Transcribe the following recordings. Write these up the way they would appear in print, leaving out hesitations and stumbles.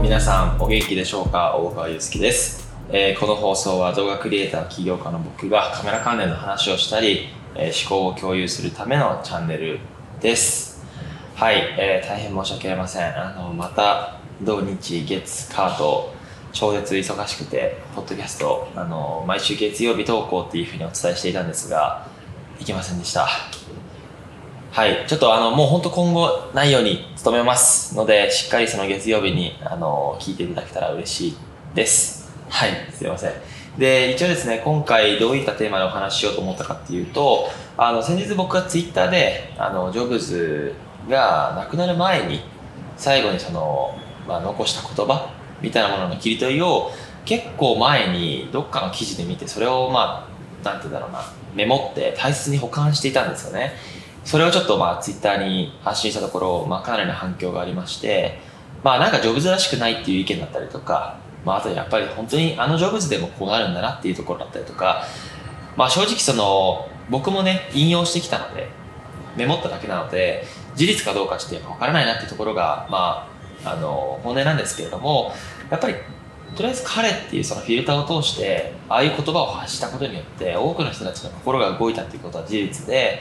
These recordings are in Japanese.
皆さんお元気でしょうか。大川祐介です。この放送は動画クリエイター起業家の僕がカメラ関連の話をしたり、思考を共有するためのチャンネルです。はい、大変申し訳ありません。また土日月火と超絶忙しくて、ポッドキャスト毎週月曜日投稿っていうふうにお伝えしていたんですが、いけませんでした。はい、ちょっともう本当今後ないように努めますので、しっかりその月曜日に聞いていただけたら嬉しいです。はい、すいません。で、一応ですね、今回どういったテーマでお話ししようと思ったかっていうと、先日僕がツイッターでジョブズが亡くなる前に最後に残した言葉みたいなものの切り取りを結構前にどっかの記事で見て、それをなんて言うんだろうな、メモって大切に保管していたんですよね。それをちょっとツイッターに発信したところ、かなりの反響がありまして、なんかジョブズらしくないっていう意見だったりとか、あとやっぱり本当にジョブズでもこうなるんだなっていうところだったりとか、正直僕もね、引用してきたので、メモっただけなので、事実かどうかちょっとやっぱ分からないなっていうところが、本音なんですけれども、やっぱりとりあえず彼っていうそのフィルターを通して、ああいう言葉を発したことによって、多くの人たちの心が動いたっていうことは事実で、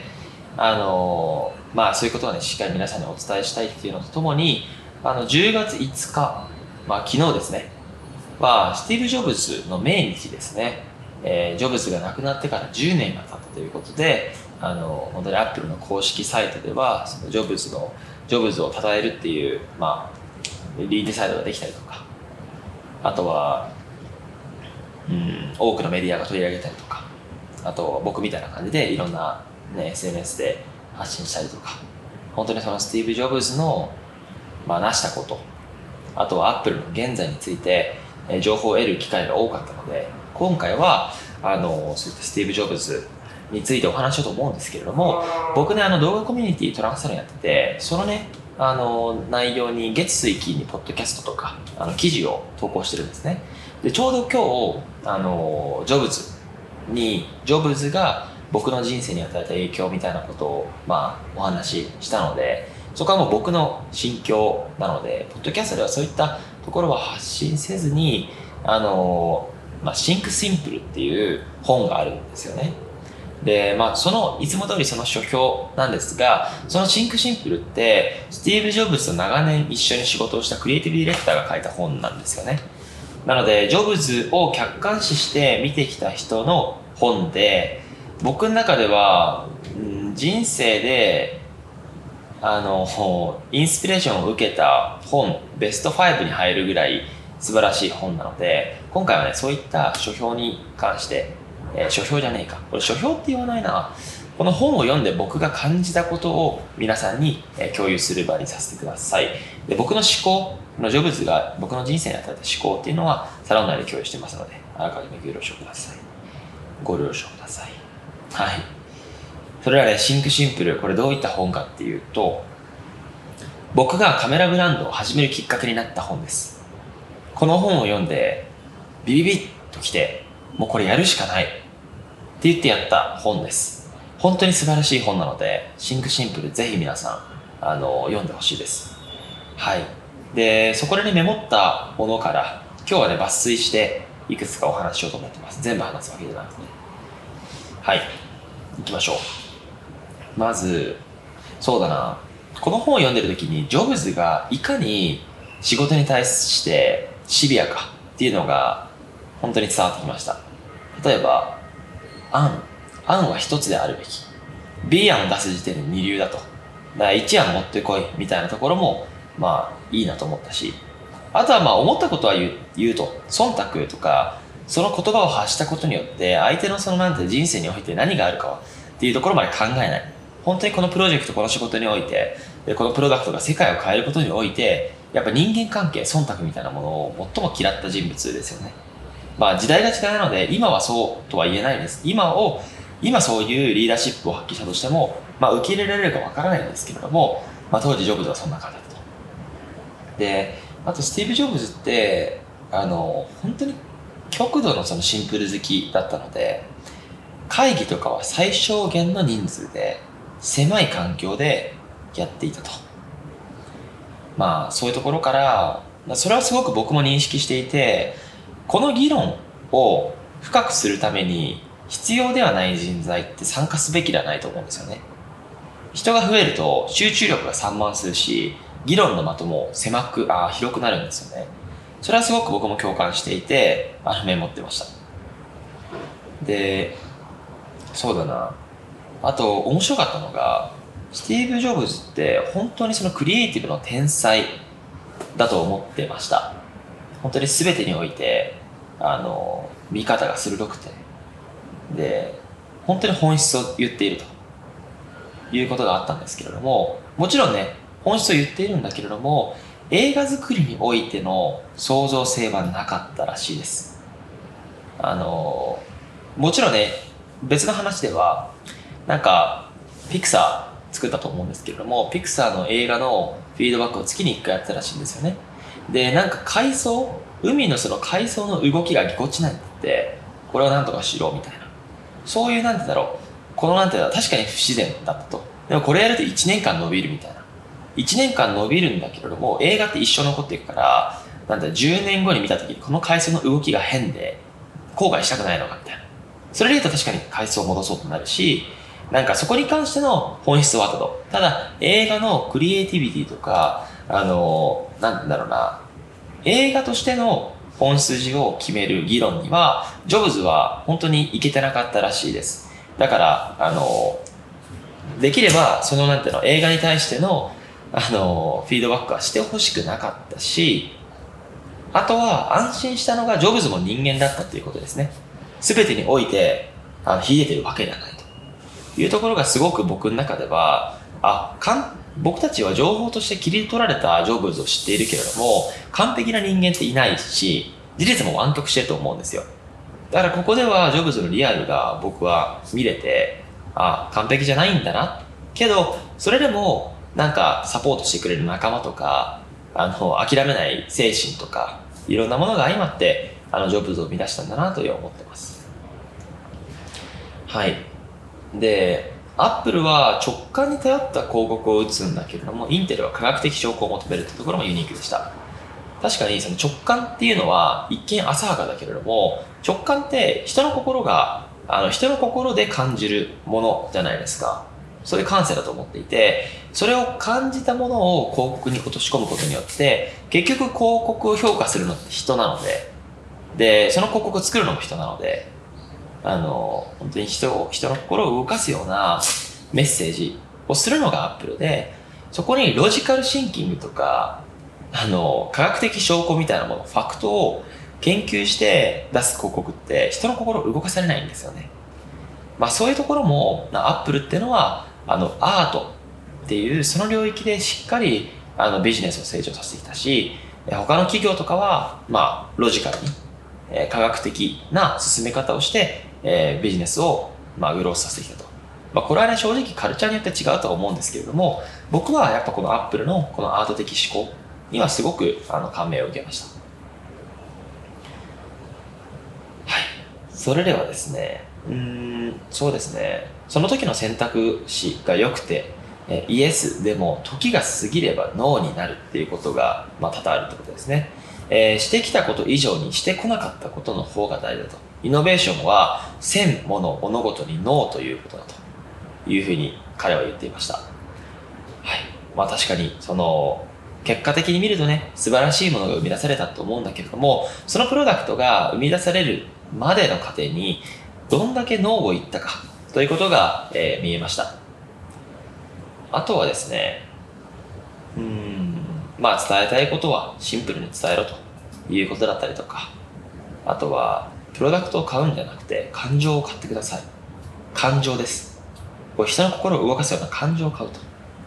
そういうことをね、しっかり皆さんにお伝えしたいっていうのとともに、10月5日、昨日ですね、スティーブ・ジョブズの命日ですね。ジョブズが亡くなってから10年が経ったということで、本当にアップルの公式サイトでは、そのジョブズを称えるっていう、リーディサイドができたりとか、あとは、多くのメディアが取り上げたりとか、あと僕みたいな感じでいろんなSNS で発信したりとか、本当にそのスティーブ・ジョブズの、成したこと、あとはアップルの現在について、情報を得る機会が多かったので、今回はそういったスティーブ・ジョブズについてお話ししようと思うんですけれども、僕ね、動画コミュニティトランスサロンやってて、そのね、内容に月水金にポッドキャストとか記事を投稿してるんですね。でちょうど今日ジョブズが僕の人生に与えた影響みたいなことをお話ししたので、そこはもう僕の心境なので、ポッドキャストではそういったところは発信せずにThink Simple っていう本があるんですよね。で、いつも通りその書評なんですが、そのThink Simple って、スティーブ・ジョブズと長年一緒に仕事をしたクリエイティブディレクターが書いた本なんですよね。なので、ジョブズを客観視して見てきた人の本で、僕の中では、人生で、インスピレーションを受けた本、ベスト5に入るぐらい素晴らしい本なので、今回はね、そういった書評に関して、書評じゃねえか。これ書評って言わないな。この本を読んで僕が感じたことを皆さんに共有する場にさせてください。で、僕の思考、ジョブズが僕の人生に与えた思考っていうのはサロン内で共有してますので、あらかじめご了承ください。ご了承ください。はい。それらね、シンクシンプル、これどういった本かっていうと、僕がカメラブランドを始めるきっかけになった本です。この本を読んで、ビビビッときて、もうこれやるしかないって言ってやった本です。本当に素晴らしい本なので、シンクシンプルぜひ皆さん、読んでほしいです。はい。で、そこでね、メモったものから、今日はね、抜粋して、いくつかお話ししようと思ってます。全部話すわけじゃなくて。はい。行きましょう。まず、そうだな。この本を読んでる時に、ジョブズがいかに仕事に対してシビアかっていうのが本当に伝わってきました。例えば、案は一つであるべき。B 案を出す時点で二流だと。だから1案持ってこいみたいなところも、いいなと思ったし、あとは思ったことは言うと、忖度とか、その言葉を発したことによって、相手の人生において何があるかっていうところまで考えない。本当にこのプロジェクト、この仕事において、このプロダクトが世界を変えることにおいて、やっぱ人間関係、忖度みたいなものを最も嫌った人物ですよね。時代が違うので、今はそうとは言えないです。今そういうリーダーシップを発揮したとしても、受け入れられるかわからないんですけれども、当時ジョブズはそんな感じだったと。で、あとスティーブ・ジョブズって、本当に極度のそのシンプル好きだったので、会議とかは最小限の人数で、狭い環境でやっていたと。そういうところから、 それはすごく僕も認識していて、この議論を深くするために必要ではない人材って参加すべきではないと思うんですよね。人が増えると集中力が散漫するし、議論の的も広くなるんですよね。それはすごく僕も共感していて、メモってました。で、そうだな。あと、面白かったのが、スティーブ・ジョブズって本当にそのクリエイティブの天才だと思ってました。本当に全てにおいて、見方が鋭くて、で、本当に本質を言っているということがあったんですけれども、もちろんね、本質を言っているんだけれども、映画作りにおいての創造性はなかったらしいです。もちろんね、別の話では、なんか、ピクサー作ったと思うんですけれども、ピクサーの映画のフィードバックを月に1回やってたらしいんですよね。で、なんか海のその海藻の動きがぎこちないって、これをなんとかしろみたいな。そういう確かに不自然だったと。でもこれやると1年間伸びるみたいな。1年間伸びるんだけれども、映画って一生残っていくから、10年後に見た時にこの海藻の動きが変で、後悔したくないのかみたいな。それで言うと確かに海藻を戻そうとなるし、そこに関しての本質はあったと。ただ、映画のクリエイティビティとか、映画としての本筋を決める議論には、ジョブズは本当にいけてなかったらしいです。だから、できれば、映画に対しての、フィードバックはしてほしくなかったし、あとは安心したのがジョブズも人間だったということですね。すべてにおいて、秀でてるわけではないというところがすごく僕の中では、僕たちは情報として切り取られたジョブズを知っているけれども、完璧な人間っていないし、事実も湾曲してると思うんですよ。だからここではジョブズのリアルが僕は見れて、完璧じゃないんだな。けど、それでもサポートしてくれる仲間とか、諦めない精神とか、いろんなものが相まって、ジョブズを生み出したんだなという思ってます。はい。で、アップルは直感に頼った広告を打つんだけれども、インテルは科学的証拠を求めるというところもユニークでした。確かにその直感っていうのは一見浅はかだけれども、直感って人の心で感じるものじゃないですか。そういう感性だと思っていて、それを感じたものを広告に落とし込むことによって、結局広告を評価するのって人なので、その広告を作るのも人なので、本当に人の心を動かすようなメッセージをするのがアップルで、そこにロジカルシンキングとか、科学的証拠みたいなもの、ファクトを研究して出す広告って人の心を動かされないんですよね。そういうところも、アップルっていうのは、アートっていうその領域でしっかりビジネスを成長させてきたし、他の企業とかは、ロジカルに、科学的な進め方をして、ビジネスを、グロースさせてきたと。これはね、正直カルチャーによって違うとは思うんですけれども、僕はやっぱこのアップルのこのアート的思考にはすごく感銘を受けました。はい。それではですね、そうですね、その時の選択肢が良くて、イエスでも時が過ぎればノーになるっていうことが、多々あるってことですね。してきたこと以上にしてこなかったことの方が大事だと。イノベーションは千もの物事にノーということだというふうに彼は言っていました。はい。確かに結果的に見るとね、素晴らしいものが生み出されたと思うんだけれども、そのプロダクトが生み出されるまでの過程にどんだけノーを言ったかということが、見えました。あとはですね、伝えたいことはシンプルに伝えろということだったりとか、あとはプロダクトを買うんじゃなくて感情を買ってください。感情です。これ人の心を動かすような感情を買うと。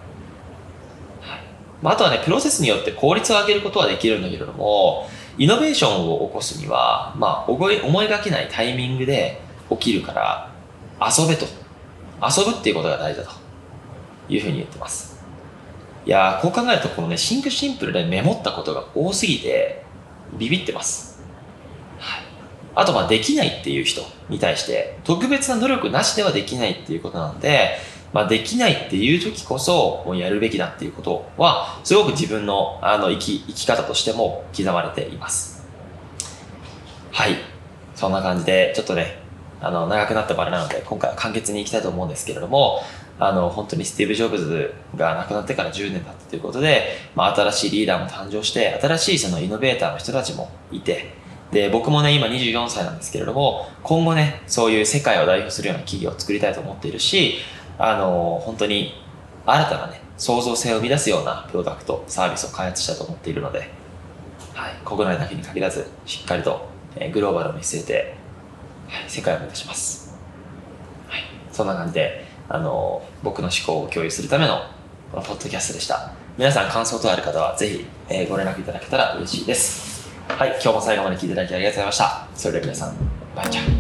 あとはね、プロセスによって効率を上げることはできるんだけれども、イノベーションを起こすには、思いがけないタイミングで起きるから、遊べと。遊ぶっていうことが大事だというふうに言ってます。いやー、こう考えるとこのね、シンクシンプルでメモったことが多すぎて、ビビってます。はい。あと、できないっていう人に対して、特別な努力なしではできないっていうことなので、 できないっていう時こそ、もうやるべきだっていうことは、すごく自分の、生き方としても刻まれています。はい。そんな感じで、ちょっとね、長くなったバレなので、今回は簡潔にいきたいと思うんですけれども、本当にスティーブ・ジョブズが亡くなってから10年経ったということで、新しいリーダーも誕生して、新しいそのイノベーターの人たちもいて、で、僕もね、今24歳なんですけれども、今後ね、そういう世界を代表するような企業を作りたいと思っているし、本当に新たなね、創造性を生み出すようなプロダクト、サービスを開発したいと思っているので、はい、国内だけに限らず、しっかりと、グローバルを見据えて、はい、世界を目指します。はい、そんな感じで、僕の思考を共有するためのこのポッドキャストでした。皆さん感想等ある方はぜひ、ご連絡いただけたら嬉しいです。はい、今日も最後まで聞いていただきありがとうございました。それでは皆さん、バイチャー。